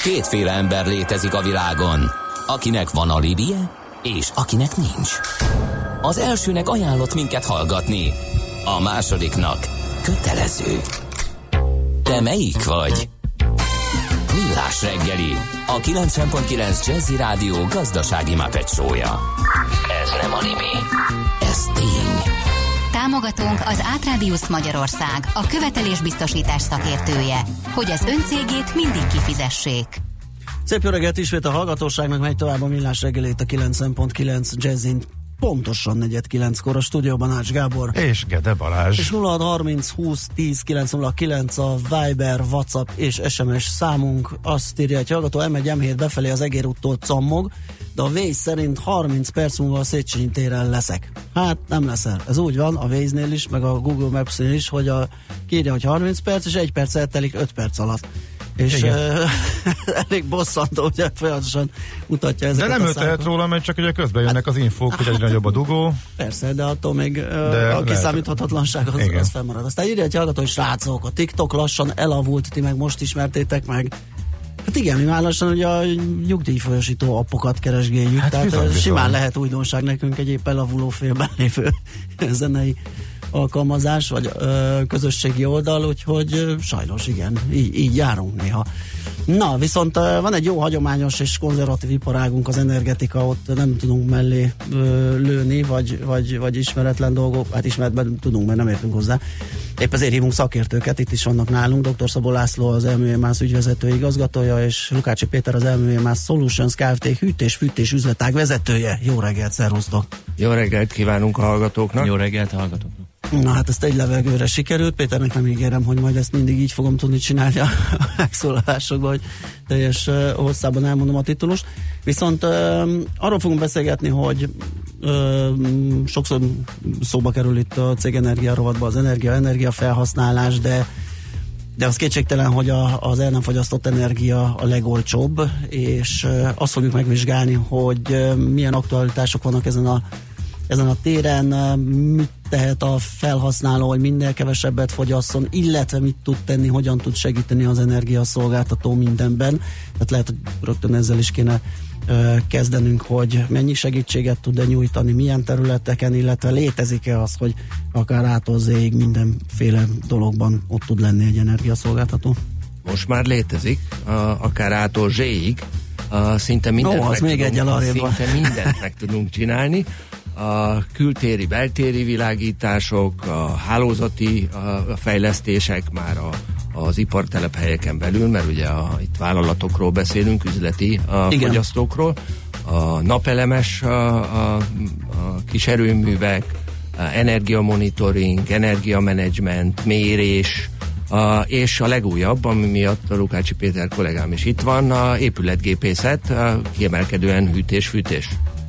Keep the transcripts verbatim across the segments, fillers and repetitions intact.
Kétféle ember létezik a világon, akinek van alibije, és akinek nincs. Az elsőnek ajánlott minket hallgatni, a másodiknak kötelező. Te melyik vagy? Millás reggeli, a kilencven pont kilenc Jazzy Rádió gazdasági Muppet show-ja. Ez nem anime, ez tény. Támogatónk az Átrádiusz Magyarország, a követelésbiztosítás szakértője, hogy az öncégét mindig kifizessék. Szép jó reggelt ismét a hallgatóságnak, megy tovább a Millás reggelét a kilencven pont kilenc Jazzin. Pontosan negyed kilenckor a stúdióban Ács Gábor és Gede Balázs. És nulla hat harminc húsz tíz kilenc nulla kilenc a Viber, WhatsApp és es em es számunk. Azt írja egy hallgató, em egy em hét befelé az Egér úttól cammog, de a Waze szerint harminc perc múlva a Széchenyi téren leszek. Hát nem leszel. Ez úgy van a Waze-nél is, meg a Google Maps-nél is, hogy a, kírja, hogy harminc perc, és egy perc eltelik öt perc alatt. És uh, elég bosszantó, hogy folyamatosan mutatja ezeket. De nem ő tehet róla, mert csak ugye közben jönnek az infók, hogy egyre nagyobb a dugó. Persze, de attól még de a kiszámíthatatlanság az, az fennmarad. Aztán írja egy hallgató, hogy srácok, a TikTok lassan elavult, ti meg most ismertétek meg. Hát igen, mi már lassan ugye a nyugdíjfolyosító appokat keresgéljük, hát tehát bizony, simán bizony. Lehet újdonság nekünk egy épp elavuló félben lévő zenei alkalmazás, vagy ö, közösségi oldal, úgyhogy ö, sajnos igen, így, így járunk néha. Na, viszont ö, van egy jó hagyományos és konzervatív iparágunk, az energetika, ott nem tudunk mellé ö, lőni, vagy, vagy, vagy ismeretlen dolgok, hát ismeretben tudunk, mert nem értünk hozzá. Épp ezért hívunk szakértőket, itt is vannak nálunk, dr. Szabó László az em vé em á ügyvezető igazgatója, és Lukácsi Péter az em vé em á Solutions Kft. Hűtés-fűtés üzletág vezetője. Jó reggelt, szervusztok! Jó reggelt kívánunk a hallgatóknak! Jó reggelt a hallgatóknak! Na hát ezt egy levegőre sikerült, Péternek nem ígérem, hogy majd ezt mindig így fogom tudni csinálni a megszólalásokban, hogy teljes uh, hosszában elmondom a titulust. Viszont uh, arról fogunk beszélgetni, hogy uh, sokszor szóba kerül itt a cégenergia rovatban az energia, energia felhasználás, de de az kétségtelen, hogy a, az el nem fogyasztott energia a legolcsóbb, és uh, azt fogjuk megvizsgálni, hogy uh, milyen aktualitások vannak ezen a ezen a téren, mit tehet a felhasználó, hogy minél kevesebbet fogyasszon, illetve mit tud tenni, hogyan tud segíteni az energiaszolgáltató mindenben. Tehát lehet, hogy rögtön ezzel is kéne ö, kezdenünk, hogy mennyi segítséget tud-e nyújtani, milyen területeken, illetve létezik-e az, hogy akár ától zéig mindenféle dologban ott tud lenni egy energiaszolgáltató? Most már létezik, a, akár ától zséig, a, szinte mindent, Ó, az meg, még tudunk, egy szinte mindent meg tudunk csinálni. A kültéri, beltéri világítások, a hálózati a fejlesztések már a, az ipartelephelyeken belül, mert ugye a, itt vállalatokról beszélünk, üzleti a fogyasztókról, a napelemes a, a, a kis erőművek, a energiamonitoring, energiamenedzsment, mérés, a, és a legújabb, ami miatt a Lukácsi Péter kollégám is itt van, a épületgépészet, a kiemelkedően hűtés-fűtés.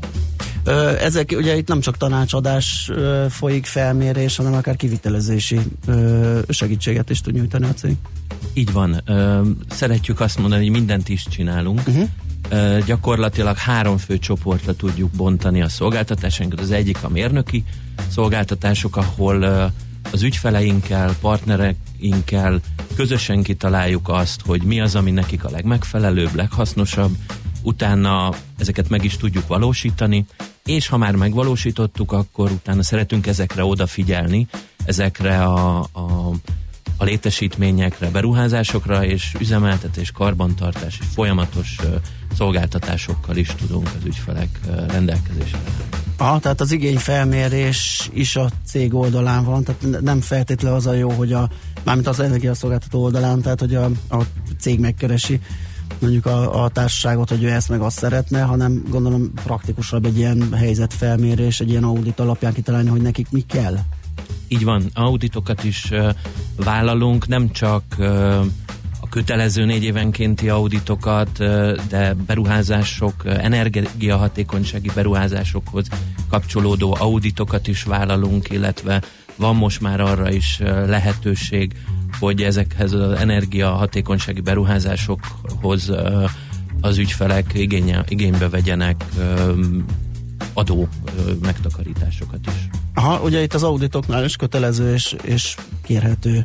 Ezek ugye itt nem csak tanácsadás folyik, felmérés, hanem akár kivitelezési segítséget is tud nyújtani a cég. Így van. Szeretjük azt mondani, hogy mindent is csinálunk. Uh-huh. Gyakorlatilag három fő csoportra tudjuk bontani a szolgáltatásainkat. Az egyik a mérnöki szolgáltatások, ahol az ügyfeleinkkel, partnereinkkel közösen kitaláljuk azt, hogy mi az, ami nekik a legmegfelelőbb, leghasznosabb, utána ezeket meg is tudjuk valósítani, és ha már megvalósítottuk, akkor utána szeretünk ezekre odafigyelni, ezekre a, a, a létesítményekre, beruházásokra, és üzemeltetés, karbantartás és folyamatos uh, szolgáltatásokkal is tudunk az ügyfelek uh, rendelkezésre. Aha, tehát az igényfelmérés is a cég oldalán van, tehát nem feltétlenül az a jó, hogy a, mármint az energiaszolgáltató oldalán, tehát hogy a, a cég megkeresi mondjuk a, a társaságot, hogy ő ezt meg azt szeretne, hanem gondolom praktikusabb egy ilyen helyzetfelmérés, egy ilyen audit alapján kitalálni, hogy nekik mi kell. Így van, auditokat is uh, vállalunk, nem csak uh, a kötelező négy évenkénti auditokat, uh, de beruházások, uh, energiahatékonysági beruházásokhoz kapcsolódó auditokat is vállalunk, illetve van most már arra is uh, lehetőség, hogy ezekhez az energiahatékonysági beruházásokhoz uh, az ügyfelek igénye, igénybe vegyenek uh, adó uh, megtakarításokat is. Aha, ugye itt az auditoknál is kötelező és, és kérhető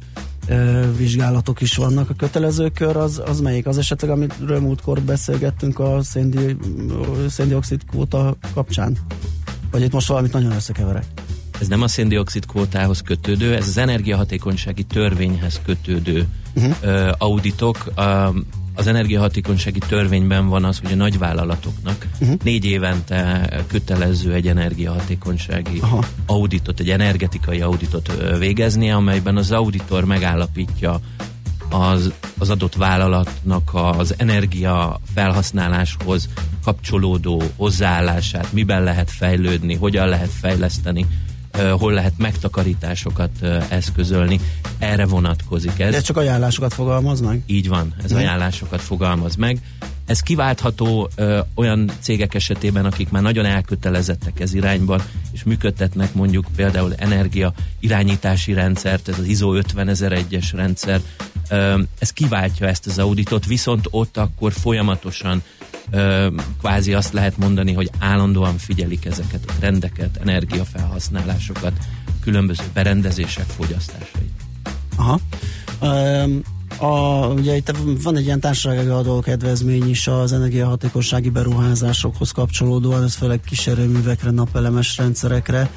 vizsgálatok is vannak. A kötelező kör az, az melyik? Az esetleg, amiről múltkor beszélgettünk a széndi, széndioxid kvóta kapcsán? Vagy itt most valamit nagyon összekeverek? Ez nem a széndioxid kvótához kötődő, ez az energiahatékonysági törvényhez kötődő uh-huh. uh, auditok. Uh, az energiahatékonysági törvényben van az, hogy a nagyvállalatoknak uh-huh. négy évente kötelező egy energiahatékonysági Aha. auditot, egy energetikai auditot uh, végeznie, amelyben az auditor megállapítja az, az adott vállalatnak az energia felhasználáshoz kapcsolódó hozzáállását, miben lehet fejlődni, hogyan lehet fejleszteni, hol lehet megtakarításokat eszközölni. Erre vonatkozik ez. De ez csak ajánlásokat fogalmaz meg? Így van, ez hmm. ajánlásokat fogalmaz meg. Ez kiváltható ö, olyan cégek esetében, akik már nagyon elkötelezettek ez irányban, és működtetnek mondjuk például energia irányítási rendszert, ez az I S O ötvenezer-egyes rendszer, ö, ez kiváltja ezt az auditot, viszont ott akkor folyamatosan ö, kvázi azt lehet mondani, hogy állandóan figyelik ezeket a trendeket, energiafelhasználásokat, különböző berendezések fogyasztásait. Aha. Um. A, ugye itt van egy ilyen társasági adókedvezmény is az energiahatékonysági beruházásokhoz kapcsolódóan, ez főleg kísérőművekre, napelemes rendszerekre.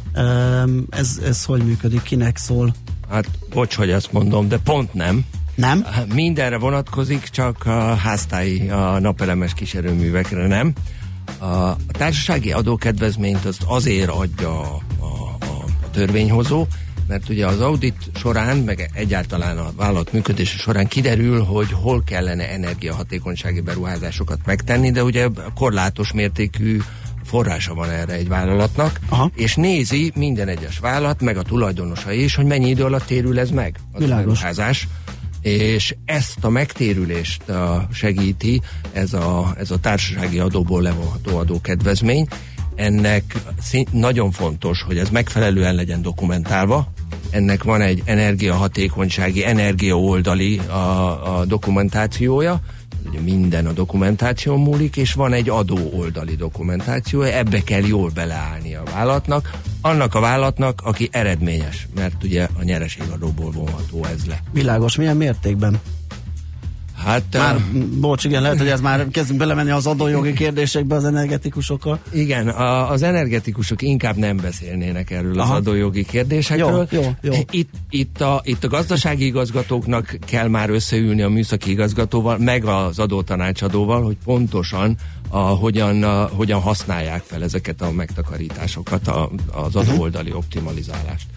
Ez, ez hogy működik? Kinek szól? Hát, bocs, hogy ezt mondom, de pont nem. Nem? Mindenre vonatkozik, csak a háztáji, a napelemes kísérőművekre nem. A társasági adókedvezményt azt azért adja a, a, a törvényhozó, mert ugye az audit során, meg egyáltalán a vállalat működése során kiderül, hogy hol kellene energiahatékonysági beruházásokat megtenni, de ugye korlátos mértékű forrása van erre egy vállalatnak, Aha. és nézi minden egyes vállalat, meg a tulajdonosa is, hogy mennyi idő alatt térül ez meg, az a beruházás. És ezt a megtérülést uh, segíti ez a, ez a társasági adóból levonható adókedvezmény. Ennek szín, nagyon fontos, hogy ez megfelelően legyen dokumentálva. Ennek van egy energiahatékonysági, energiaoldali a, a dokumentációja, ugye minden a dokumentáción múlik, és van egy adóoldali dokumentációja, ebbe kell jól beleállni a vállalatnak, annak a vállalatnak, aki eredményes, mert ugye a nyereségadóból vonható ez le. Világos, milyen mértékben? Hát, már, uh, bocs, igen, lehet, hogy ez már kezdünk belemenni az adójogi kérdésekbe az energetikusokkal. Igen, a, az energetikusok inkább nem beszélnének erről Aha. az adójogi kérdésekről. Jó, jó, jó. Itt, itt, a, itt a gazdasági igazgatóknak kell már összeülni a műszaki igazgatóval, meg az adótanácsadóval, hogy pontosan a, hogyan, a, hogyan használják fel ezeket a megtakarításokat, a, az adóoldali uh-huh. optimalizálást.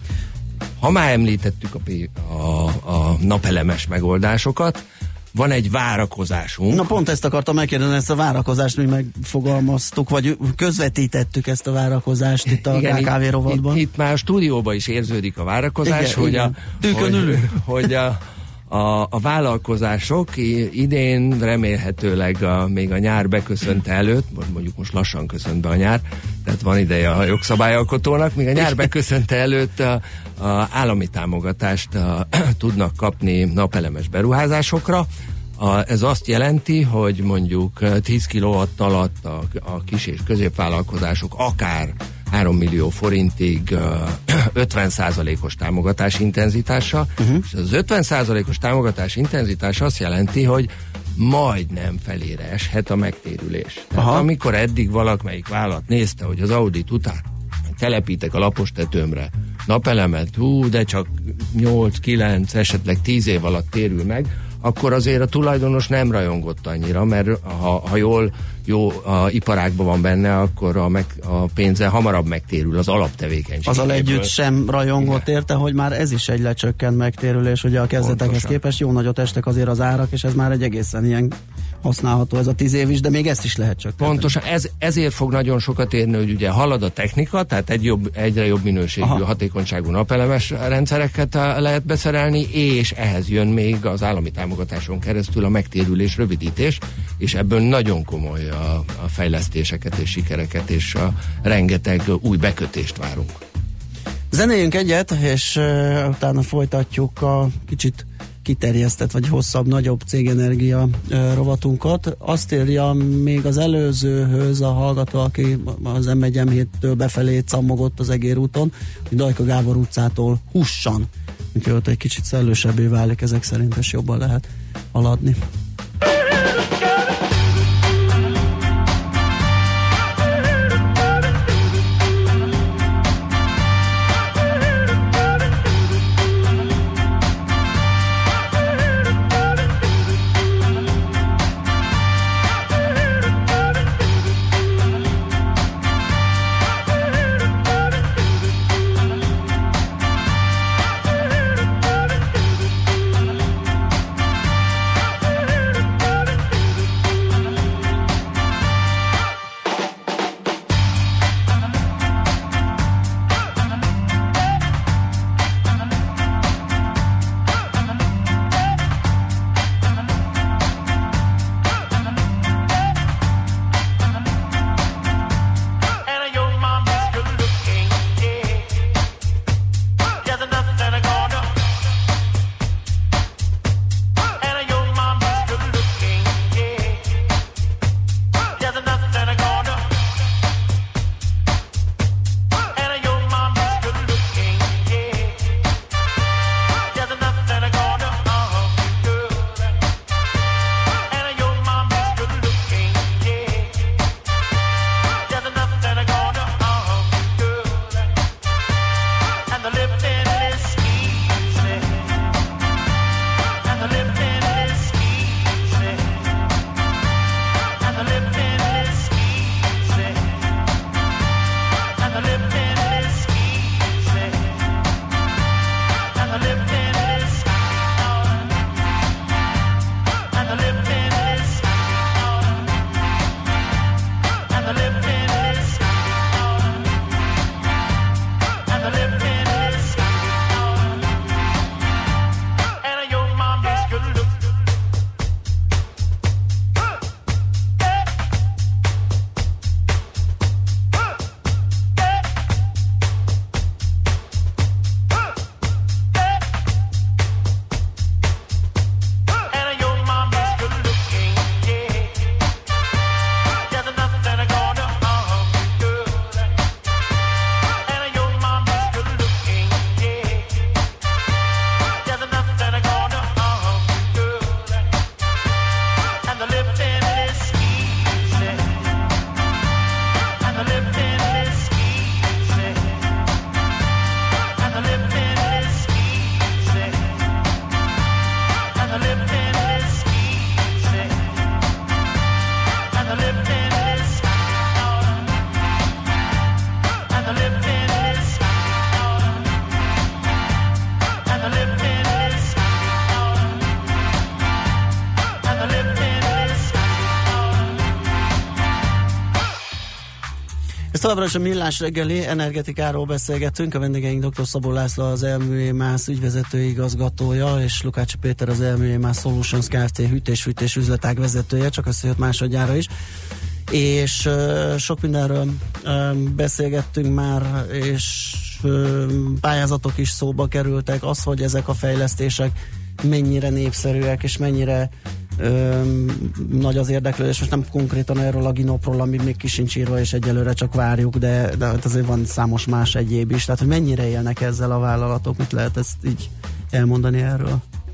Ha már említettük a, a, a napelemes megoldásokat, van egy várakozásunk. Na pont ezt akartam megkérdezni, ezt a várakozást mi megfogalmaztuk, vagy közvetítettük ezt a várakozást itt a igen, ká ká vé rovatban. Itt, itt már a stúdióban is érződik a várakozás, igen, hogy, igen. A, hogy, hogy a, a, a vállalkozások idén remélhetőleg a, még a nyár beköszönte előtt, mondjuk most lassan köszönt be a nyár, tehát van ideje a jogszabályalkotónak, még a nyár beköszönte előtt a, a állami támogatást a, tudnak kapni napelemes beruházásokra. A, ez azt jelenti, hogy mondjuk tíz kilowatt alatt a, a kis és középvállalkozások akár három millió forintig ötven százalékos támogatás intenzitása, uh-huh. és az ötven százalékos támogatás intenzitás azt jelenti, hogy majdnem felére eshet a megtérülés. Tehát amikor eddig valamelyik vállalat nézte, hogy az audit után telepítek a lapostetőmre napelemet, hú, de csak nyolc, kilenc, esetleg tíz év alatt térül meg, akkor azért a tulajdonos nem rajongott annyira, mert ha, ha jól jó a iparágban van benne, akkor a, meg, a pénze hamarabb megtérül az alaptevékenység. Azzal együtt sem rajongott igen. érte, hogy már ez is egy lecsökkent megtérülés, ugye a kezdetekhez Pontosan. képest jó nagyot estek azért az árak, és ez már egy egészen ilyen használható ez a tíz év is, de még ezt is lehet csak. Pontosan, ez, ezért fog nagyon sokat érni, hogy ugye halad a technika, tehát egy jobb, egyre jobb minőségű, Aha. hatékonyságú napelemes rendszereket lehet beszerelni, és ehhez jön még az állami támogatáson keresztül a megtérülés rövidítés, és ebből nagyon komoly a, a fejlesztéseket és sikereket, és a rengeteg új bekötést várunk. Zenéljünk egyet, és uh, utána folytatjuk a kicsit kiterjesztett, vagy hosszabb, nagyobb cégenergia uh, rovatunkat. Azt írja még az előzőhöz a hallgató, aki az em egy em héttől befelé cammogott az Egér úton, hogy Dajka Gábor utcától Hussan úgyhogy ott egy kicsit szellősebbé válik, ezek szerint és jobban lehet haladni. Ez továbbra is a Millás reggeli, energetikáról beszélgetünk, a vendégeink dr. Szabó László, az Elmű-Émász ügyvezető igazgatója, és Lukács Péter, az Elmű-Émász Solutions Kft. Hűtés-fűtés üzletág vezetője, csak összejött másodjára is. És uh, sok mindenről uh, beszélgettünk már, és uh, pályázatok is szóba kerültek, az, hogy ezek a fejlesztések mennyire népszerűek, és mennyire Ö, nagy az érdeklődés, most nem konkrétan erről a Ginopról, ami még ki sincs írva, és egyelőre csak várjuk, de, de azért van számos más egyéb is, tehát hogy mennyire élnek ezzel a vállalatok, mit lehet ezt így elmondani erről?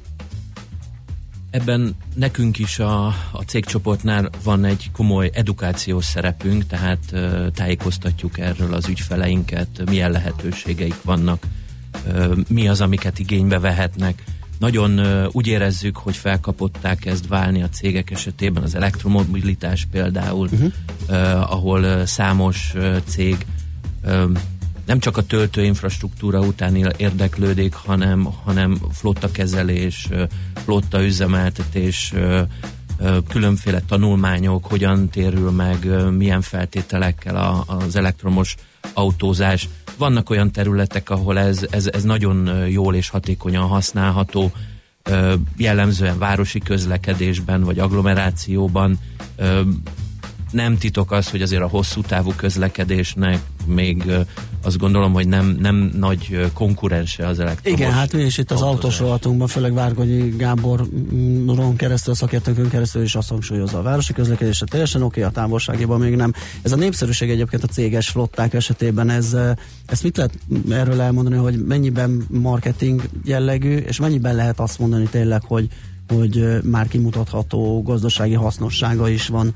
Ebben nekünk is a, a cégcsoportnál van egy komoly edukációs szerepünk, tehát uh, tájékoztatjuk erről az ügyfeleinket, milyen lehetőségeik vannak, uh, mi az, amiket igénybe vehetnek. Nagyon uh, úgy érezzük, hogy felkapották kezd válni a cégek esetében az elektromobilitás például, uh-huh. uh, ahol uh, számos uh, cég uh, nem csak a töltőinfrastruktúra után érdeklődik, hanem, hanem flottakezelés, uh, flotta üzemeltetés, uh, uh, különféle tanulmányok, hogyan térül meg, uh, milyen feltételekkel a, az elektromos autózás. Vannak olyan területek, ahol ez, ez, ez nagyon jól és hatékonyan használható, jellemzően városi közlekedésben vagy agglomerációban. Nem titok az, hogy azért a hosszú távú közlekedésnek még azt gondolom, hogy nem, nem nagy konkurense az elektromos. Igen, hát mi is itt az autós rovatunkban, főleg Várkonyi Gáboron keresztül, a szakértőnkön keresztül is azt hangsúlyozza, a városi közlekedésre teljesen oké, okay, a távolságében még nem. Ez a népszerűség egyébként a céges flották esetében, ez, ezt mit lehet erről elmondani, hogy mennyiben marketing jellegű, és mennyiben lehet azt mondani tényleg, hogy, hogy már kimutatható gazdasági hasznossága is van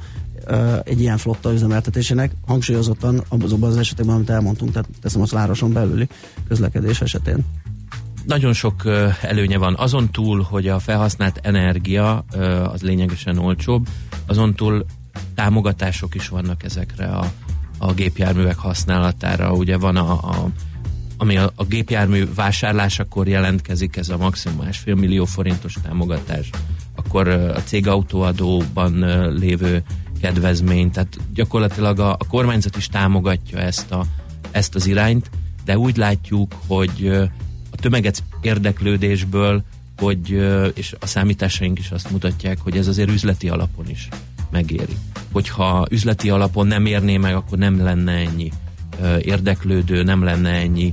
egy ilyen flotta üzemeltetésének, hangsúlyozottan azokban az esetekben, amit elmondtunk, tehát teszem az városon belüli közlekedés esetén. Nagyon sok előnye van. Azon túl, hogy a felhasznált energia az lényegesen olcsóbb, azon túl támogatások is vannak ezekre a, a gépjárművek használatára. Ugye van a, a ami a, a gépjármű vásárlásakor jelentkezik, ez a maximum másfél millió forintos támogatás, akkor a cégautóadóban lévő kedvezmény, tehát gyakorlatilag a, a kormányzat is támogatja ezt, a, ezt az irányt, de úgy látjuk, hogy a tömeges érdeklődésből, hogy, és a számításaink is azt mutatják, hogy ez azért üzleti alapon is megéri. Hogyha üzleti alapon nem érné meg, akkor nem lenne ennyi érdeklődő, nem lenne ennyi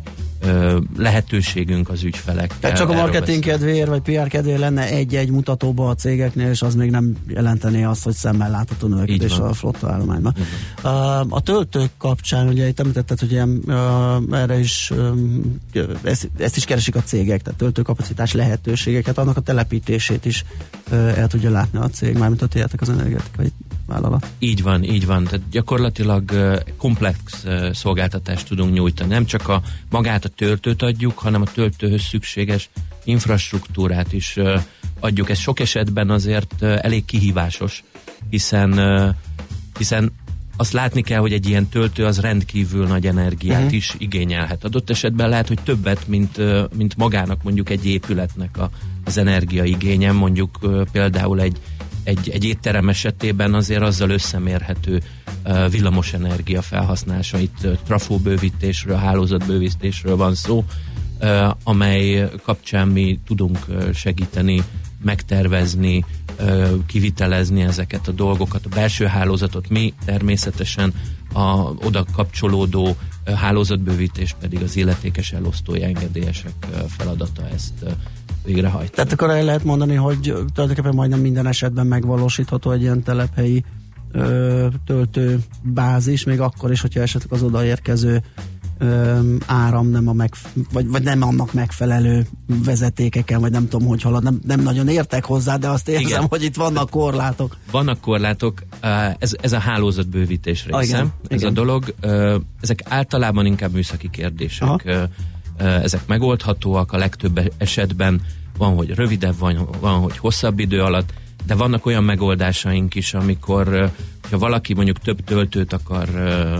lehetőségünk az ügyfelekkel. Tehát csak a marketing kedvéért, vagy pé er kedvéért lenne egy-egy mutatóba a cégeknél, és az még nem jelentené azt, hogy szemmel látható növekedés a flotta állományban. Uh, a töltők kapcsán, ugye itt említetted, hogy ilyen, uh, erre is uh, ezt, ezt is keresik a cégek, tehát töltőkapacitás lehetőségeket, annak a telepítését is uh, el tudja látni a cég, mármint a tiétek az energetikai vállalat. Így van, így van. Tehát gyakorlatilag uh, komplex uh, szolgáltatást tudunk nyújtani. Nem csak a magát a töltőt adjuk, hanem a töltőhöz szükséges infrastruktúrát is uh, adjuk. Ez sok esetben azért uh, elég kihívásos, hiszen, uh, hiszen azt látni kell, hogy egy ilyen töltő az rendkívül nagy energiát uh-huh. is igényelhet. Adott esetben lehet, hogy többet, mint, uh, mint magának mondjuk egy épületnek a, az energiaigénye, mondjuk uh, például egy Egy, egy étterem esetében azért azzal összemérhető uh, villamosenergia felhasználása. Itt uh, trafóbővítésről, hálózatbővítésről van szó, uh, amely kapcsán mi tudunk uh, segíteni, megtervezni, uh, kivitelezni ezeket a dolgokat. A belső hálózatot mi természetesen, a oda kapcsolódó uh, hálózatbővítés pedig az illetékes elosztói engedélyesek uh, feladata ezt uh, végrehajtani. Tehát akkor el lehet mondani, hogy tulajdonképpen majdnem minden esetben megvalósítható egy ilyen telephelyi ö, töltőbázis, még akkor is, hogyha esetleg az odaérkező ö, áram nem a megf- vagy, vagy nem annak megfelelő vezetékeken, vagy nem tudom, hogy halad, nem, nem nagyon értek hozzá, de azt érzem, igen, hogy itt vannak korlátok. Vannak korlátok, ez, ez a hálózatbővítésre hiszem, ez igen. a dolog, ezek általában inkább műszaki kérdések. Aha. Ezek megoldhatóak, a legtöbb esetben van, hogy rövidebb, van, van, hogy hosszabb idő alatt, de vannak olyan megoldásaink is, amikor ha valaki mondjuk több töltőt akar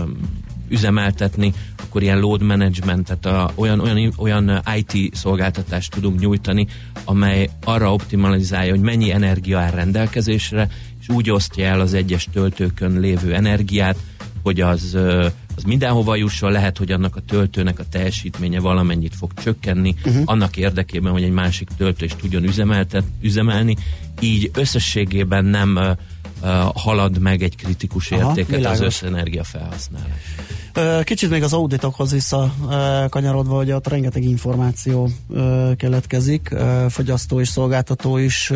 üzemeltetni, akkor ilyen load management, tehát a, olyan, olyan, olyan i té szolgáltatást tudunk nyújtani, amely arra optimalizálja, hogy mennyi energia áll rendelkezésre, és úgy osztja el az egyes töltőkön lévő energiát, hogy az, az mindenhova jusson, lehet, hogy annak a töltőnek a teljesítménye valamennyit fog csökkenni, uh-huh. annak érdekében, hogy egy másik töltő is tudjon üzemeltet, üzemelni, így összességében nem uh, uh, halad meg egy kritikus értéket Aha, az összenergia felhasználás. Kicsit még az auditokhoz vissza kanyarodva, hogy ott rengeteg információ keletkezik, fogyasztó és szolgáltató is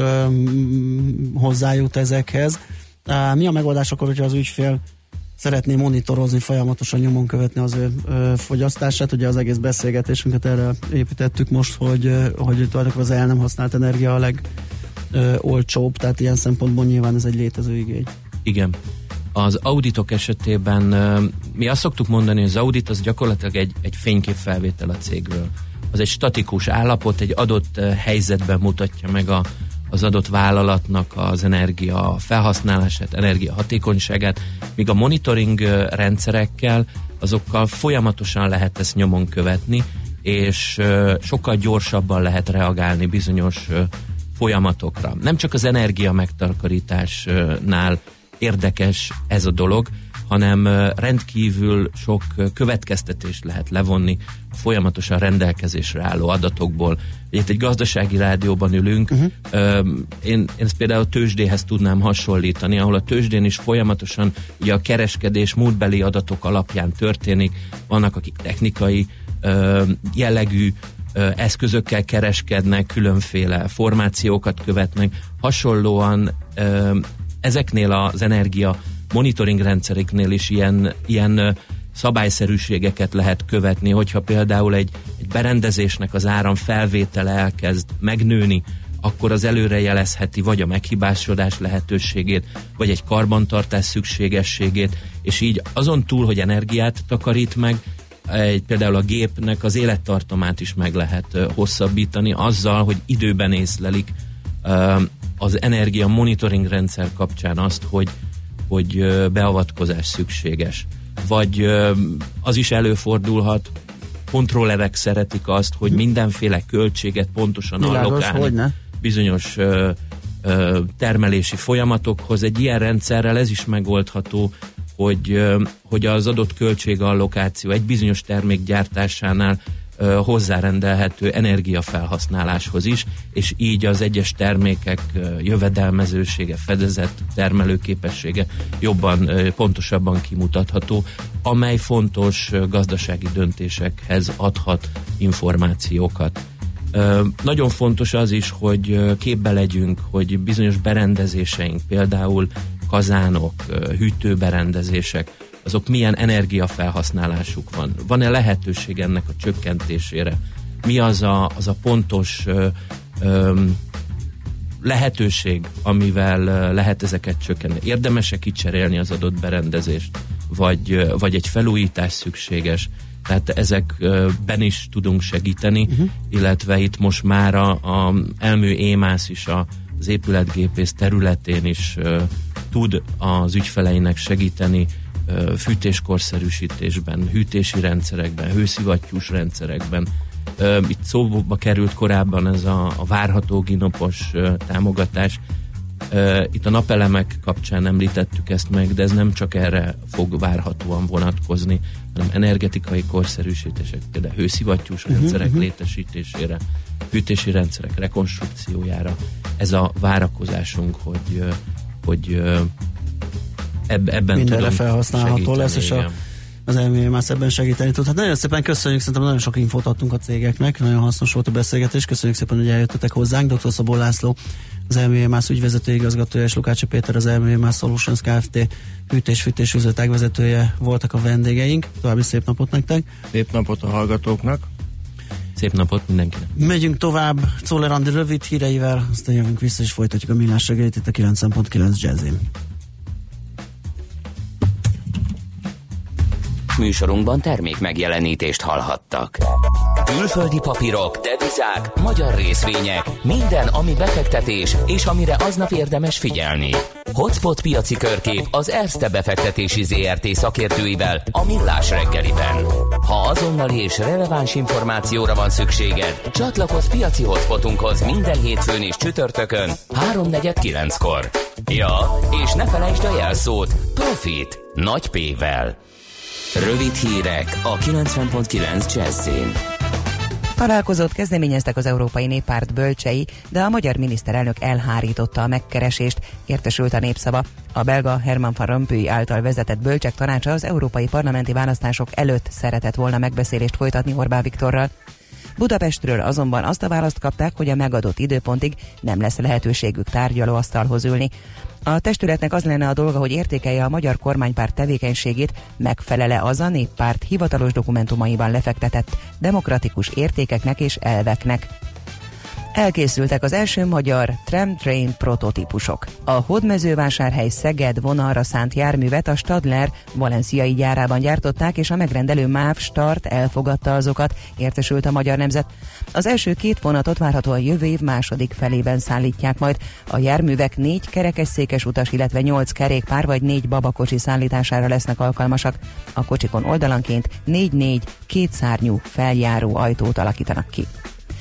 hozzájut ezekhez. Mi a megoldás akkor, hogyha az ügyfél szeretné monitorozni, folyamatosan nyomon követni az ő fogyasztását? Ugye az egész beszélgetésünket erre építettük most, hogy, hogy tulajdonképpen az el nem használt energia a legolcsóbb, tehát ilyen szempontból nyilván ez egy létező igény. Igen. Az auditok esetében mi azt szoktuk mondani, hogy az audit az gyakorlatilag egy, egy fényképfelvétel a cégről. Az egy statikus állapot, egy adott helyzetben mutatja meg a, az adott vállalatnak az energia felhasználását, energia hatékonyságát, míg a monitoring rendszerekkel, azokkal folyamatosan lehet ezt nyomon követni, és sokkal gyorsabban lehet reagálni bizonyos folyamatokra. Nem csak az energia megtakarításnál érdekes ez a dolog, hanem rendkívül sok következtetést lehet levonni a folyamatosan rendelkezésre álló adatokból. Itt egy gazdasági rádióban ülünk, uh-huh. én, én ezt például a tőzsdéhez tudnám hasonlítani, ahol a tőzsdén is folyamatosan ugye a kereskedés múltbeli adatok alapján történik, vannak akik technikai jellegű eszközökkel kereskednek, különféle formációkat követnek. Hasonlóan ezeknél az energia monitoring rendszereknél is ilyen, ilyen szabályszerűségeket lehet követni, hogyha például egy, egy berendezésnek az áram felvétele elkezd megnőni, akkor az előrejelezheti vagy a meghibásodás lehetőségét, vagy egy karbantartás szükségességét, és így azon túl, hogy energiát takarít meg, egy, például a gépnek az élettartamát is meg lehet uh, hosszabbítani azzal, hogy időben észlelik uh, az energia monitoring rendszer kapcsán azt, hogy, hogy uh, beavatkozás szükséges. Vagy uh, az is előfordulhat, kontrollerek szeretik azt, hogy mindenféle költséget pontosan allokálni bizonyos uh, uh, termelési folyamatokhoz. Egy ilyen rendszerrel ez is megoldható, hogy, hogy az adott költségallokáció egy bizonyos termék gyártásánál uh, hozzárendelhető energiafelhasználáshoz is, és így az egyes termékek uh, jövedelmezősége, fedezett termelőképessége jobban, uh, pontosabban kimutatható, amely fontos uh, gazdasági döntésekhez adhat információkat. Uh, nagyon fontos az is, hogy uh, képbe legyünk, hogy bizonyos berendezéseink, például kazánok, hűtőberendezések, azok milyen energiafelhasználásuk van. Van-e lehetőség ennek a csökkentésére? Mi az a, az a pontos ö, ö, lehetőség, amivel lehet ezeket csökkenteni? Érdemes-e kicserélni az adott berendezést? Vagy, vagy egy felújítás szükséges? Tehát ezekben is tudunk segíteni, uh-huh. illetve itt most már a, a elmű émász is a, az épületgépész területén is uh, tud az ügyfeleinek segíteni uh, fűtéskorszerűsítésben, hűtési rendszerekben, hőszivattyús rendszerekben. Uh, itt szóba került korábban ez a, a várható ginopos uh, támogatás. Uh, itt a napelemek kapcsán említettük ezt meg, de ez nem csak erre fog várhatóan vonatkozni, hanem energetikai korszerűsítések, például hőszivattyús uh-huh, rendszerek uh-huh. létesítésére, hűtési rendszerek rekonstrukciójára. Ez a várakozásunk, hogy, hogy eb, ebben mindenre tudom felhasználható segíteni, lesz, és a, az elmélyem ebben segíteni tud. Hát nagyon szépen köszönjük, szerintem nagyon sok infót adtunk a cégeknek, nagyon hasznos volt a beszélgetés, köszönjük szépen, hogy eljöttetek hozzánk. doktor Szabó László, az elmélyem ügyvezető igazgatója, és Lukácsi Péter, az elmélyem Solutions Kft. hűtés-fűtés üzletág vezetője voltak a vendégeink. További szép napot nektek! Szép napot a hallgatóknak! Szép napot mindenkinek! Megyünk tovább Czoller Andi rövid híreivel, aztán jövünk vissza és folytatjuk a Millás reggelit itt a kilencven pont kilenc Jazzin. Műsorunkban termék megjelenítést hallhattak. Külföldi papírok, devizák, magyar részvények, minden, ami befektetés, és amire aznap érdemes figyelni. Hotspot piaci körkép az Erste befektetési zé er té szakértőivel a Millás reggeliben. Ha azonnali és releváns információra van szükséged, csatlakozz piaci hotspotunkhoz minden hétfőn és csütörtökön háromnegyed kilenckor. Ja, és ne felejtsd a jelszót Profit nagy P-vel. Rövid hírek a kilencven pont kilenc Jazzin. Találkozót kezdeményeztek az Európai Néppárt bölcsei, de a magyar miniszterelnök elhárította a megkeresést, értesült a Népszava. A belga Herman van Rompuy által vezetett bölcsek tanácsa az európai parlamenti választások előtt szeretett volna megbeszélést folytatni Orbán Viktorral. Budapestről azonban azt a választ kapták, hogy a megadott időpontig nem lesz lehetőségük tárgyalóasztalhoz ülni. A testületnek az lenne a dolga, hogy értékelje a magyar kormánypárt tevékenységét, megfelele az a Néppárt hivatalos dokumentumaiban lefektetett demokratikus értékeknek és elveknek. Elkészültek az első magyar tram-train prototípusok. A Hódmezővásárhely-Szeged vonalra szánt járművet a Stadler valenciai gyárában gyártották, és a megrendelő MÁV Start elfogadta azokat, értesült a Magyar Nemzet. Az első két vonatot várhatóan jövő év második felében szállítják majd. A járművek négy kerekesszékes utas, illetve nyolc kerékpár vagy négy babakocsi szállítására lesznek alkalmasak. A kocsikon oldalanként négy-négy kétszárnyú feljáró ajtót alakítanak ki.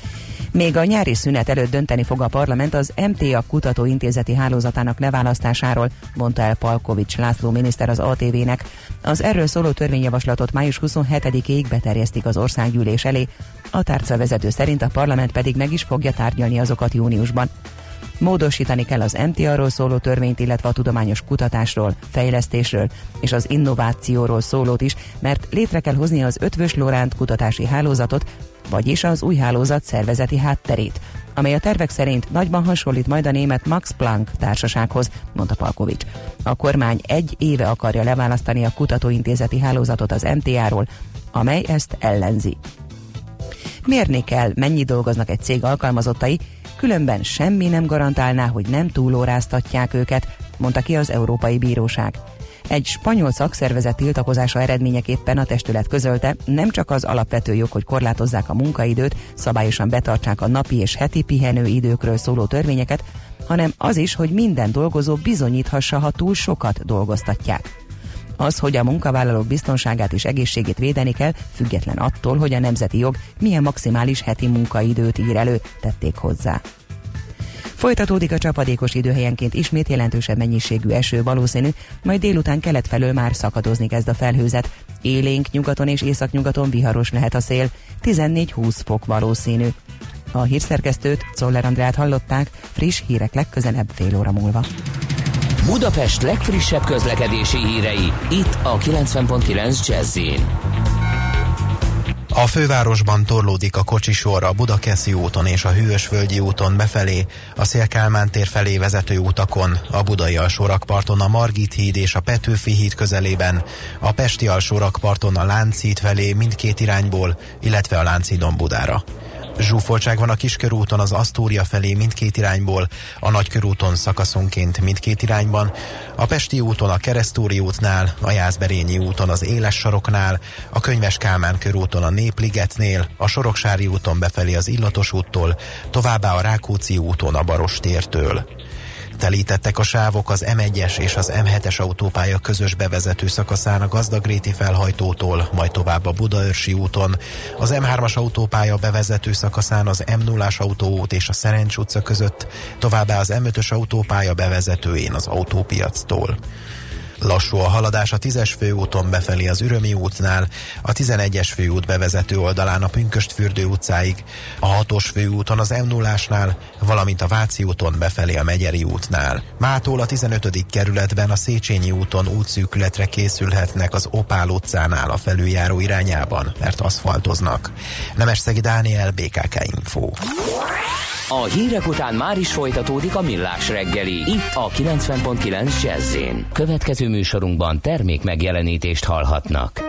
Még a nyári szünet előtt dönteni fog a parlament az em té á kutatóintézeti hálózatának leválasztásáról, mondta el Palkovics László miniszter az á té vé-nek. Az erről szóló törvényjavaslatot május huszonhetedikéig beterjesztik az országgyűlés elé, a tárca vezető szerint a parlament pedig meg is fogja tárgyalni azokat júniusban. Módosítani kell az em té á-ról szóló törvényt, illetve a tudományos kutatásról, fejlesztésről és az innovációról szólót is, mert létre kell hozni az Eötvös Loránd kutatási hálózatot, vagyis az új hálózat szervezeti hátterét, amely a tervek szerint nagyban hasonlít majd a német Max Planck társasághoz, mondta Palkovics. A kormány egy éve akarja leválasztani a kutatóintézeti hálózatot az em té á-ról, amely ezt ellenzi. Mérni kell, mennyi dolgoznak egy cég alkalmazottai, különben semmi nem garantálná, hogy nem túlóráztatják őket, mondta ki az Európai Bíróság. Egy spanyol szakszervezet tiltakozása eredményeképpen a testület közölte, nem csak az alapvető jog, hogy korlátozzák a munkaidőt, szabályosan betartsák a napi és heti pihenőidőkről szóló törvényeket, hanem az is, hogy minden dolgozó bizonyíthassa, ha túl sokat dolgoztatják. Az, hogy a munkavállalók biztonságát és egészségét védeni kell, független attól, hogy a nemzeti jog milyen maximális heti munkaidőt ír elő, tették hozzá. Folytatódik a csapadékos idő, helyenként ismét jelentősebb mennyiségű eső valószínű, majd délután kelet felől már szakadozni kezd a felhőzet. Élénk nyugaton és északnyugaton viharos lehet a szél, tizennégy-húsz fok valószínű. A hírszerkesztőt, Czoller Andrát hallották, friss hírek legközelebb fél óra múlva. Budapest legfrissebb közlekedési hírei, itt a kilencven pont kilenc Jazz-in. A fővárosban torlódik a kocsisor a Budakeszi úton és a Hűvösvölgyi úton befelé, a Széll-Kálmán tér felé vezető utakon, a Budai alsórakparton a Margit híd és a Petőfi híd közelében, a Pesti alsórakparton a Lánchíd felé mindkét irányból, illetve a Lánchídon Budára. Zsúfoltság van a Kiskörúton az Asztória felé mindkét irányból, a Nagykörúton szakaszonként mindkét irányban, a Pesti úton a Keresztúri útnál, a Jászberényi úton az Éles saroknál, a Könyves Kálmán körúton a Népligetnél, a Soroksári úton befelé az Illatos úttól, továbbá a Rákóczi úton a Barostértől. Telítettek a sávok az em egyes és az em hetes autópálya közös bevezető szakaszán a Gazdagréti felhajtótól, majd tovább a Budaörsi úton, az em hármas autópálya bevezető szakaszán az em nullás autóút és a Szerencs utca között, továbbá az em ötös autópálya bevezetőjén az Autópiactól. Lassú a haladás a tízes főúton befelé az Ürömi útnál, a tizenegyes főút bevezető oldalán a Pünkösdfürdő utcáig, a hatos főúton az em nullásnál, valamint a Váci úton befelé a Megyeri útnál. Mától a tizenötödik kerületben a Széchenyi úton útszűkületre készülhetnek az Opál utcánál a felüljáró irányában, mert aszfaltoznak. Nemesszegi Dániel, bé ká ká Info. A hírek után már is folytatódik a Millás reggeli, itt a kilencven pont kilenc Jazz-in. Következő műsorunkban termék megjelenítést hallhatnak.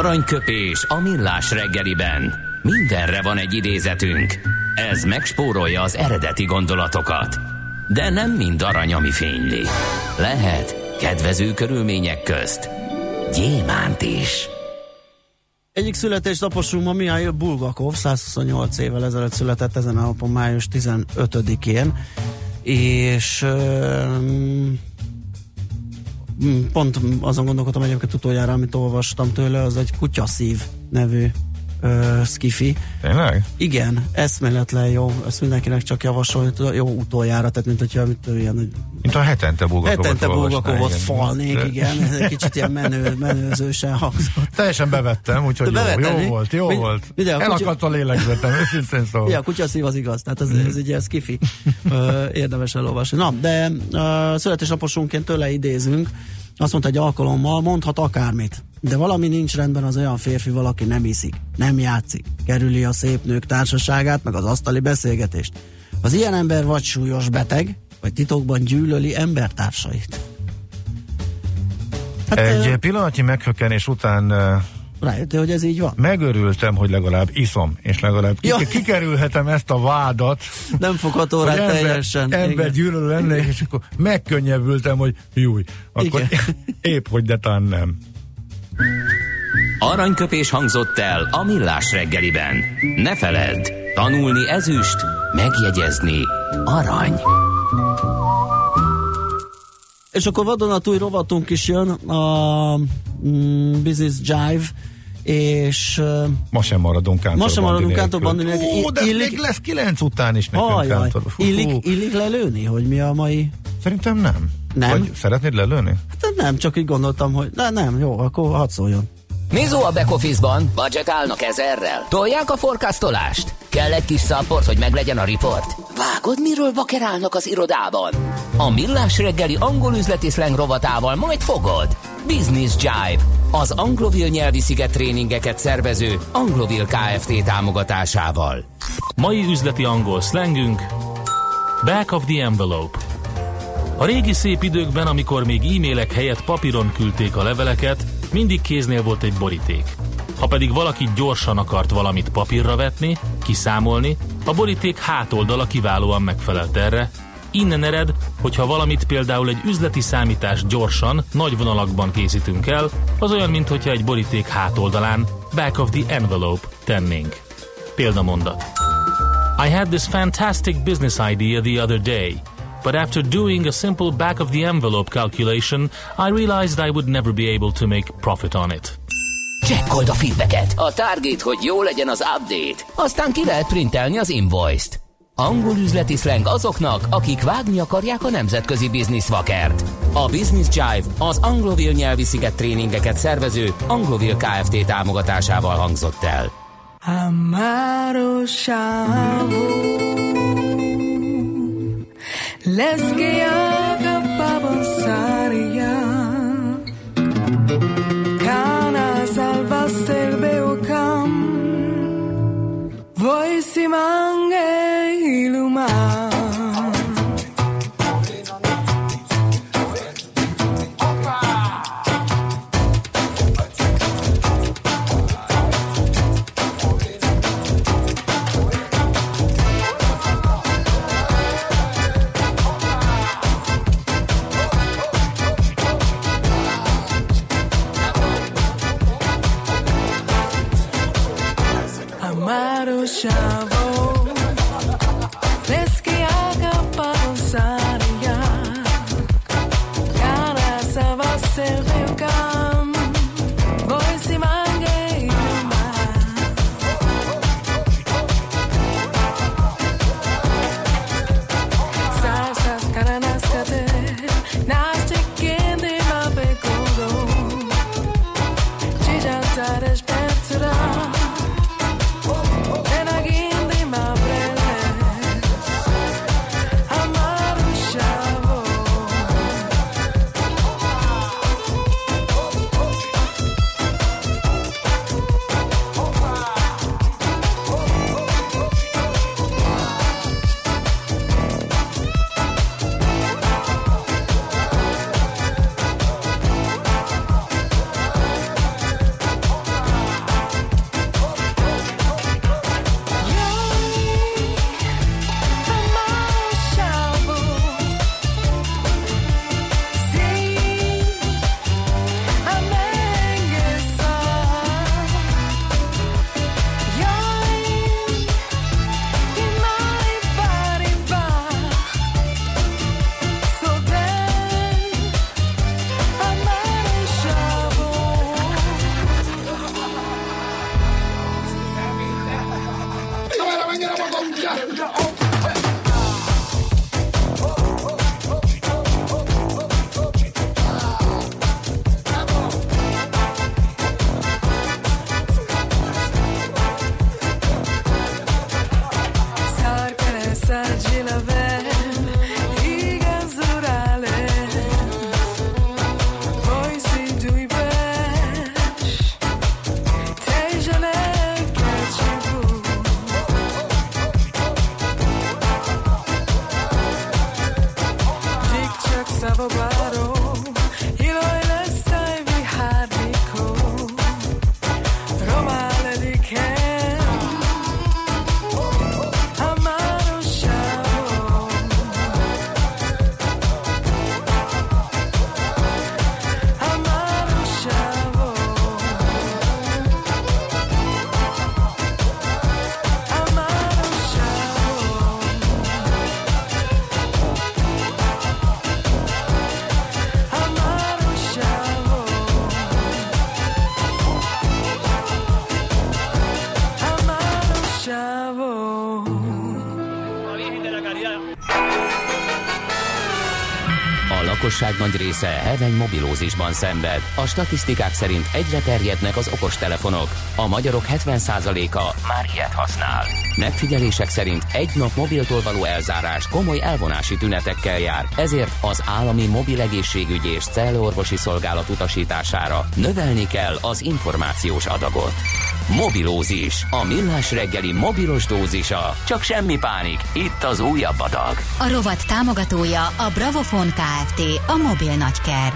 Aranyköpés a millás reggeliben. Mindenre van egy idézetünk. Ez megspórolja az eredeti gondolatokat. De nem mind arany, ami fényli. Lehet kedvező körülmények közt gyémánt is. Egyik születésnaposunk ma Mihail Bulgakov, százhuszonnyolc évvel ezelőtt született ezen a napon, május tizenötödikén, és um, pont azon gondolkodtam egyébként utoljára, amit olvastam tőle, az egy Kutyaszív nevű uh, skifi. Tényleg? Igen, eszméletlen jó, ezt mindenkinek csak javasolni, jó utoljára, tehát mint hogyha mit ilyen, mint a hetente Bulgakovot hetente Bulgakovot falnék, de... igen, ez egy kicsit ilyen menő, menőzősen hangzott. Teljesen bevettem, úgyhogy jó, bevettem, jó volt, jó mi, volt. Mi, elakadt a lélegzetem, őszintén szóval. Ja, a Kutyaszív az igaz, tehát ez, ez egy ilyen skifi. Érdemes elolvasni. Na, de uh, születésnaposunként tőle idézünk, azt mondta egy alkalommal, mondhat akármit, de valami nincs rendben az olyan férfi, valaki nem iszik, nem játszik, kerüli a szép nők társaságát, meg az asztali beszélgetést. Az ilyen ember vagy súlyos beteg, vagy titokban gyűlöli embertársait. Hát, egy uh, pillanatnyi meghökkenés után uh, rájöttél, hogy ez így van? Megörültem, hogy legalább iszom, és legalább ja. kikerülhetem ezt a vádat. Nem fogható rá ember, teljesen. Ember gyűlölő lennék, és akkor megkönnyebbültem, hogy júj, akkor épp, hogy de talán nem. Aranyköpés hangzott el a millás reggeliben. Ne feledd, tanulni ezüst, megjegyezni arany. És akkor vadonatúj rovatunk is jön, a mm, Business Jive, és... Uh, ma sem maradunk Kántor Ma sem maradunk Kántor Bandi nélkül. Ó, de illik, még lesz kilenc után is nekünk ajaj, Kántor. Illik, illik lelőni, hogy mi a mai... Szerintem nem. Nem? Vagy szeretnéd lelőni? Hát nem, csak így gondoltam, hogy de nem, jó, akkor hadd szóljon. Mizó a back office-ban? Budgetálnak ezerrel? Tolják a forecastolást? Kell egy kis support, hogy meglegyen a report? Vágod, miről bakerálnak az irodában? A millás reggeli angol üzleti slang rovatával majd fogod. Business Jive, az Anglovil nyelvi sziget tréningeket szervező Anglovil Kft. Támogatásával. Mai üzleti angol szlengünk Back of the envelope. A régi szép időkben, amikor még e-mailek helyett papíron küldték a leveleket, mindig kéznél volt egy boríték. Ha pedig valaki gyorsan akart valamit papírra vetni, kiszámolni, a boríték hátoldala kiválóan megfelelt erre. Innen ered, hogyha valamit például egy üzleti számítás gyorsan, nagy vonalakban készítünk el, az olyan, mintha egy boríték hátoldalán back of the envelope tennénk. Példamondat. I had this fantastic business idea the other day, but after doing a simple back of the envelope calculation, I realized I would never be able to make profit on it. Checkold a feedbacket. A target, hogy jó legyen az update. Aztán ki lehet printelni az invoice-t. Angol üzleti slang azoknak, akik vágni akarják a nemzetközi bizniszvakert. A Business Jive az Anglovil nyelvi sziget tréningeket szervező Anglovil Kft. Támogatásával hangzott el. Amaro Chavo, les que acababan Cana salvaste el beocam, voi si mange ilumar. Avogado, Eloy Leszai Vihárnikó, Roma Lediken, Amaro Sávó, Amaro Sávó, Amaro Sávó. A lakosság nagy része heveny mobilózisban szenved. A statisztikák szerint egyre terjednek az okostelefonok. A magyarok hetven százaléka már ilyet használ. Megfigyelések szerint egy nap mobiltól való elzárás komoly elvonási tünetekkel jár. Ezért az állami mobil egészségügyi és cellorvosi szolgálat utasítására növelni kell az információs adagot. Mobilózis, a millás reggeli mobilos dózisa. Csak semmi pánik, itt az újabb adag. A rovat támogatója a Bravofon Kft. A mobil nagyker.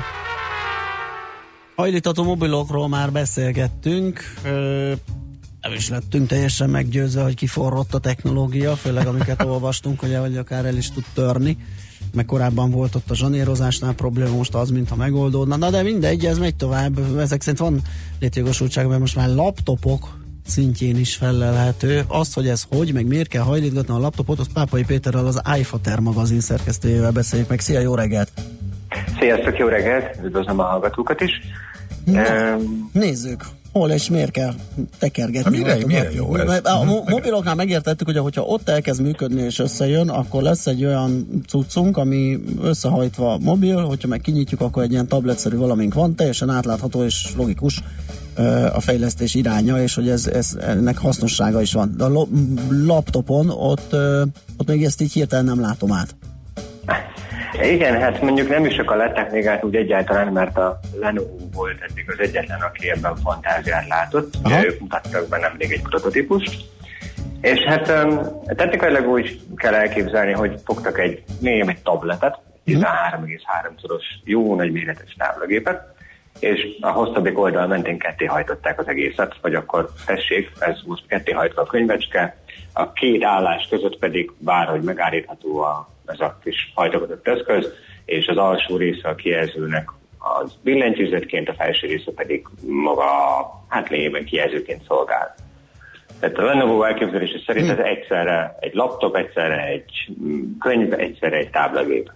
Hajlítató mobilokról már beszélgettünk, Ö, nem is lettünk teljesen meggyőzve, hogy kiforrott a technológia, főleg amiket olvastunk, ugye, hogy akár el is tud törni, meg korábban volt ott a zsanérozásnál probléma, most az, mintha megoldódna. Na de mindegy, ez megy tovább, ezek szerint van létjogosultság, mert most már laptopok szintjén is felelhető. Azt, hogy ez hogy, meg miért kell hajlítgatni a laptopot, az Pápai Péterrel, az iFater magazin szerkesztőjével beszéljük meg. Szia, jó reggelt! Sziasztok, jó reggelt! Üdvözlöm a hallgatókat is! Na, um, nézzük, hol és miért kell tekergetni. Mire, mire jó ez? A mobiloknál megértettük, hogy hogyha ott elkezd működni és összejön, akkor lesz egy olyan cuccunk, ami összehajtva mobil, hogyha meg kinyitjuk, akkor egy ilyen tabletszerű valamink van, teljesen átlátható és logikus a fejlesztés iránya, és hogy ez, ez, ennek hasznossága is van. De a laptopon ott, ott még ezt így hirtelen nem látom át. Igen, hát mondjuk nem is sokan lettek még át úgy egyáltalán, mert a Lenovo volt eddig az egyetlen, aki ebben fantáziát látott. Ugye ők mutattak be nemrég egy prototípust. És hát technikailag úgy kell elképzelni, hogy fogtak egy, még egy tabletet, tizenhárom egész három szoros jó nagy méretes táblagépet, és a hosszabbik oldal mentén ketté hajtották az egészet, vagy akkor tessék, ez most ketté hajtva a könyvecske, a két állás között pedig bárhogy megállítható a, ez a kis hajtogatott eszköz, és az alsó része a kijelzőnek az billentyűzetként, a felső része pedig maga, hát lényegében kijelzőként szolgál. Tehát a Lenovo elképzelése szerint ez egyszerre egy laptop, egyszerre egy könyv, egyszerre egy táblagép.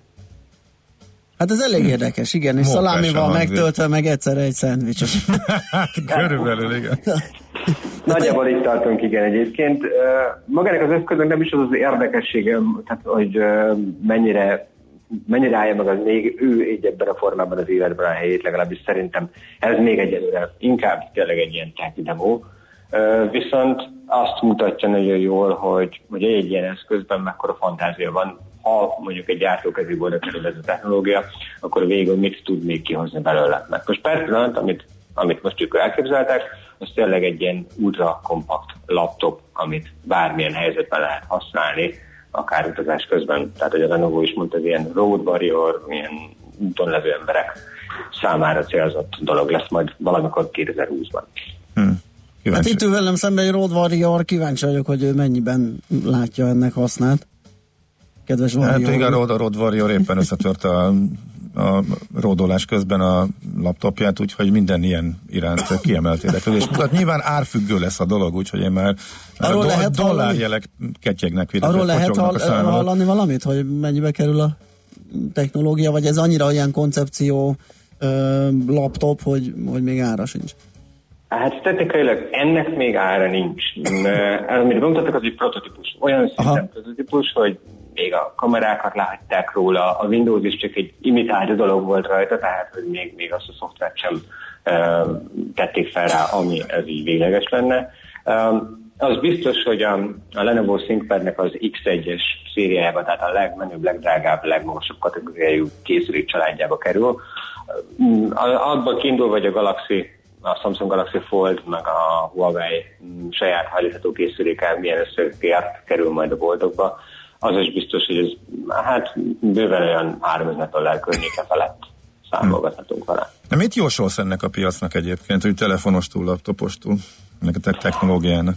Hát ez elég érdekes, igen, és szalámival megtöltve, meg egyszerre egy szendvicsos. Hát körülbelül, igen. Nagyjából itt tartunk, igen, egyébként. Magának az eszköznek nem is az az érdekessége, tehát, hogy mennyire, mennyire állja meg az még ő így ebben a formában az életben a helyét, legalábbis szerintem ez még egyelőre inkább tényleg egy ilyen tech demo. Viszont azt mutatja nagyon jól, hogy, hogy egy ilyen eszközben mekkora fantázia van. Ha mondjuk egy gyártókezéből kerül ez a technológia, akkor végül mit tud még kihozni belőle. Mert most per pillanat, amit, amit most ők elképzeltek, az tényleg egy ilyen ultra kompakt laptop, amit bármilyen helyzetben lehet használni, akár utazás közben. Tehát, hogy a Lenovo is mondta, az ilyen road warrior, ilyen úton levő emberek számára célzott dolog lesz majd valamikor kétezer-húszban. Hmm. Hát itt ő velem szemben egy road warrior, kíváncsi vagyok, hogy ő mennyiben látja ennek hasznát. Kedves Warrior. Hát igen, a Road Warrior éppen összetört a, a ródolás közben a laptopját, úgyhogy minden ilyen iránt kiemelt érdeklődés mutat. Nyilván árfüggő lesz a dolog, úgyhogy én már arról do- lehet dollárjelek ketyegnek. Arról lehet hall, hallani valamit, hogy mennyibe kerül a technológia, vagy ez annyira olyan koncepció ö, laptop, hogy, hogy még ára sincs? Hát technikailag ennek még ára nincs. Amit bemutattak, az egy prototípus. Olyan szinten prototípus, hogy még a kamerákat látták róla, a Windows is csak egy imitált dolog volt rajta, tehát hogy még, még azt a szoftvert sem uh, tették fel rá, ami ez így végleges lenne. Um, az biztos, hogy a, a Lenovo ThinkPad-nek az iksz egyes szériájába, tehát a legmenőbb, legdrágább, legmagasabb kategóriájú készülék családjába kerül. Um, abban kiindul, vagy a Galaxy, a Samsung Galaxy Fold, meg a Huawei saját hajlítható készülékkel milyen összegért kerül majd a boltokba. az is biztos, hogy ez hát bőven olyan háromezer dollár környéke felett számolgathatunk vele. De mit jósolsz ennek a piacnak egyébként, hogy telefonostól, laptopostól, ennek a technológiának?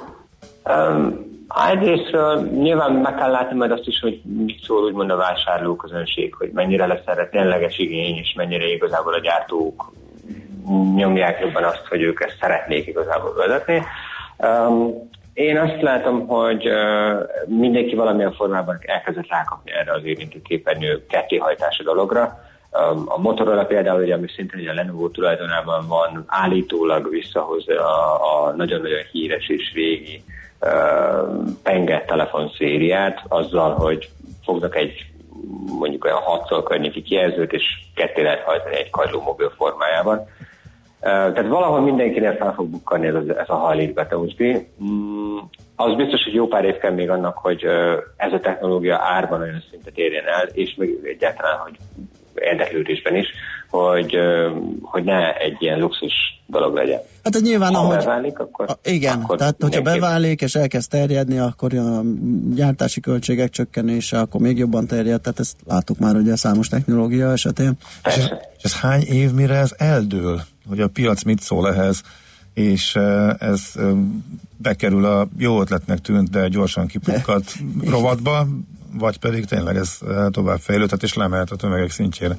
Um, Egyrésztről nyilván meg kell látni majd azt is, hogy mit szól úgymond a vásárlóközönség, hogy mennyire lesz erre tényleges igény, és mennyire igazából a gyártók nyomják jobban azt, hogy ők ezt szeretnék igazából vezetni. Um, én azt látom, hogy uh, mindenki valamilyen formában elkezdett rákapni erre az érintő képernyő kettéhajtása dologra. Um, a Motorola például, ugye, ami szintén a Lenovo tulajdonában van, állítólag visszahozza a, a nagyon-nagyon híres és régi uh, Penge telefonszériát azzal, hogy fognak egy mondjuk olyan hatszor környéki kijelzőt, és ketté lehet hajtani egy kagyló mobil formájában. Uh, tehát valahol mindenkinek fel fog bukkanni ez, ez a hajlítbete úsbi. Mm, az biztos, hogy jó pár év kell még annak, hogy uh, ez a technológia árban olyan szintet érjen el, és még egyáltalán, hogy érdeklődésben is, hogy, hogy ne egy ilyen luxus dolog legyen. Hát nyilván, ha ahogy... beválik, akkor... A, igen, akkor tehát hogyha mindenképp... beválik és elkezd terjedni, akkor a gyártási költségek csökkenése, akkor még jobban terjed, tehát ezt láttuk már ugye számos technológia esetén. És ez, és ez hány év, mire ez eldől? Hogy a piac mit szól ehhez, és ez bekerül a jó ötletnek tűnt, de gyorsan kipukkadt rovatba, vagy pedig tényleg ez tovább fejlődhet és lemehet a tömegek szintjére?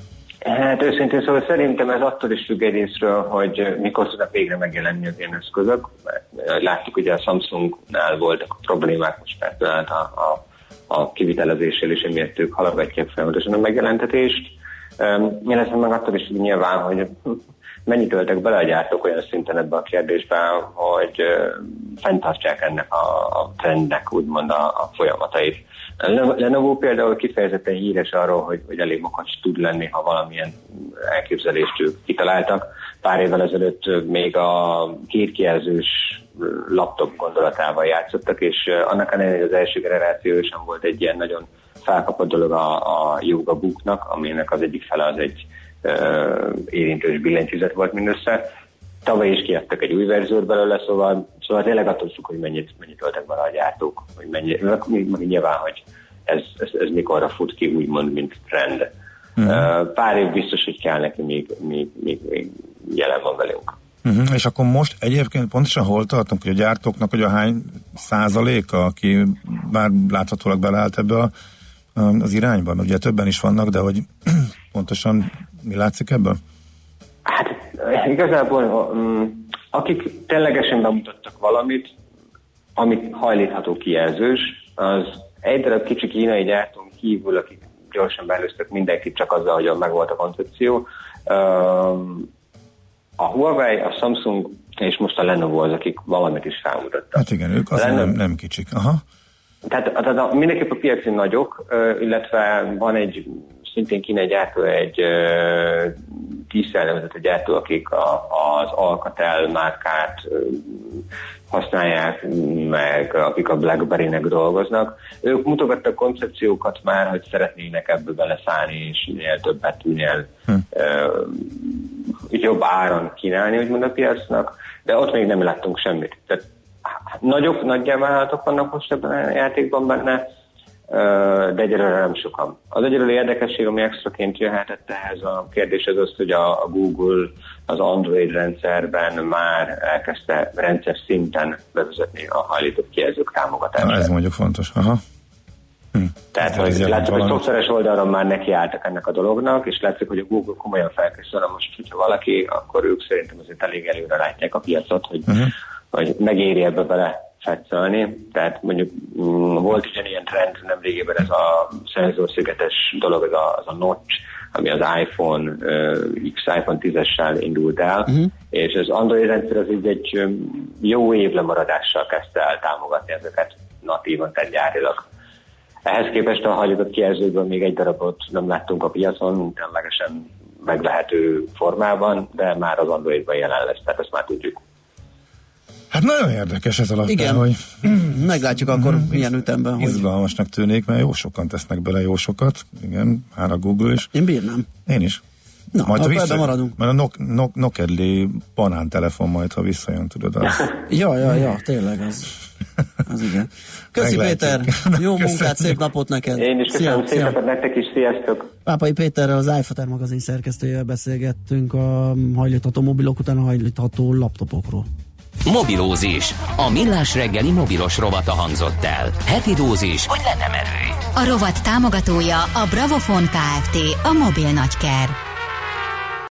Hát őszintén szóval szerintem ez attól is függ egyrésztről, hogy mikor tudnak végre megjelenni az ilyen eszközök. Láttuk, ugye a Samsungnál voltak a problémák, most persze a, a, a kivitelezéssel is, emiatt ők halogatják folyamatosan a megjelentetést. Illetve meg attól is függ nyilván, hogy mennyit öltek bele a gyártók olyan szinten ebbe a kérdésbe, hogy fenntartsák ennek a, a trendnek úgymond a, a folyamatait. A Lenovo például kifejezetten híres arról, hogy, hogy elég makacs tud lenni, ha valamilyen elképzelést ők kitaláltak. Pár évvel ezelőtt még a kétkijelzős laptop gondolatával játszottak, és annak ellenére az első generáció sem volt egy ilyen nagyon felkapott dolog a, a Yoga Booknak, aminek az egyik fele az egy uh, érintős billentyűzet volt mindössze. Tavaly is kiadtak egy új verziót belőle, szóval, szóval tényleg attól függ, hogy mennyit, mennyit öltek bele a gyártók, hogy mennyi, meg nyilván, hogy ez, ez, ez mikorra fut ki, úgymond, mint trend. Uh-huh. Pár év biztos, hogy kell neki, még, még, még, még jelen van velünk. Uh-huh. És akkor most egyébként pontosan hol tartunk, hogy a gyártóknak, hogy a hány százaléka, aki már láthatólag beleállt ebbe a, az irányban? Ugye többen is vannak, de hogy pontosan mi látszik ebből? Hát igazából um, akik ténylegesen bemutattak valamit, amit hajlítható kijelzős, az egy darab kicsi kínai gyártón kívül, akik gyorsan belőztek mindenkit csak azzal, hogy megvolt a koncepció. Um, a Huawei, a Samsung és most a Lenovo az, akik valamit is felmutattak. Hát igen, ők azért nem, nem kicsik. Aha. Tehát, tehát mindenképp a piaci nagyok, illetve van egy szintén kínai gyártó, egy tízszer nevezett gyártó, akik a, az Alcatel márkát használják, meg akik a BlackBerry-nek dolgoznak. Ők mutogattak koncepciókat már, hogy szeretnének ebből beleszállni, és minél többet, minél hm. uh, jobb áron kínálni, úgymond a piacnak, de ott még nem láttunk semmit. Tehát nagyok, nagy vállalatok vannak most ebben a játékban benne, de egyelőre nem sokan. Az egyelőre érdekesség, ami extraként jöhetett ehhez a kérdés, az az, hogy a Google az Android rendszerben már elkezdte rendszer szinten bevezetni a hajlított kijelzők támogatását. Na, ez mondjuk fontos. Aha. Hm. Tehát, hogy látszik, hogy szoftveres oldalon már nekiálltak ennek a dolognak, és látszik, hogy a Google komolyan felkészül, most, hogyha valaki, akkor ők szerintem azért elég előre látják a piacot, hogy, uh-huh. hogy megéri ebbe bele fetszelni. Tehát mondjuk m- volt ilyen trend nemrégében ez a szenzorszigetes dolog, ez a, az a notch, ami az iPhone uh, X, iPhone tízessel indult el, uh-huh. és az Android rendszer az így egy um, jó év lemaradással kezdte el támogatni ezeket natívan, tehát gyárilag. Ehhez képest a hajlított kijelzőkből még egy darabot nem láttunk a piacon, ténylegesen meglehető formában, de már az Androidban jelen lesz, tehát ezt már tudjuk. Hát nagyon érdekes ez alapján, igen, hogy... meglátjuk akkor mm-hmm. milyen ütemben. Hogy... Izgalmasnak tűnik, mert jó sokan tesznek bele jó sokat. Igen, már a Google is. Én bírnám. Én is. Na, majd akkor vissza... maradunk. Mert a nok- nok- Nokedli banántelefon majd, ha visszajön, tudod. Az... ja, ja, ja, tényleg az... Az igen. Köszi Péter, jó munkát, szép napot neked. Én is köszönöm, szép napot nektek is, sziasztok. Pápai Péterrel, az iFater magazin szerkesztőjével beszélgettünk a hajlítható mobilok után a hajlítható laptopokról. Mobilózis. A millás reggeli mobilos rovata hangzott el. Heti dózis, hogy lenne merő. A rovat támogatója a Bravofon Kft. A mobil nagyker.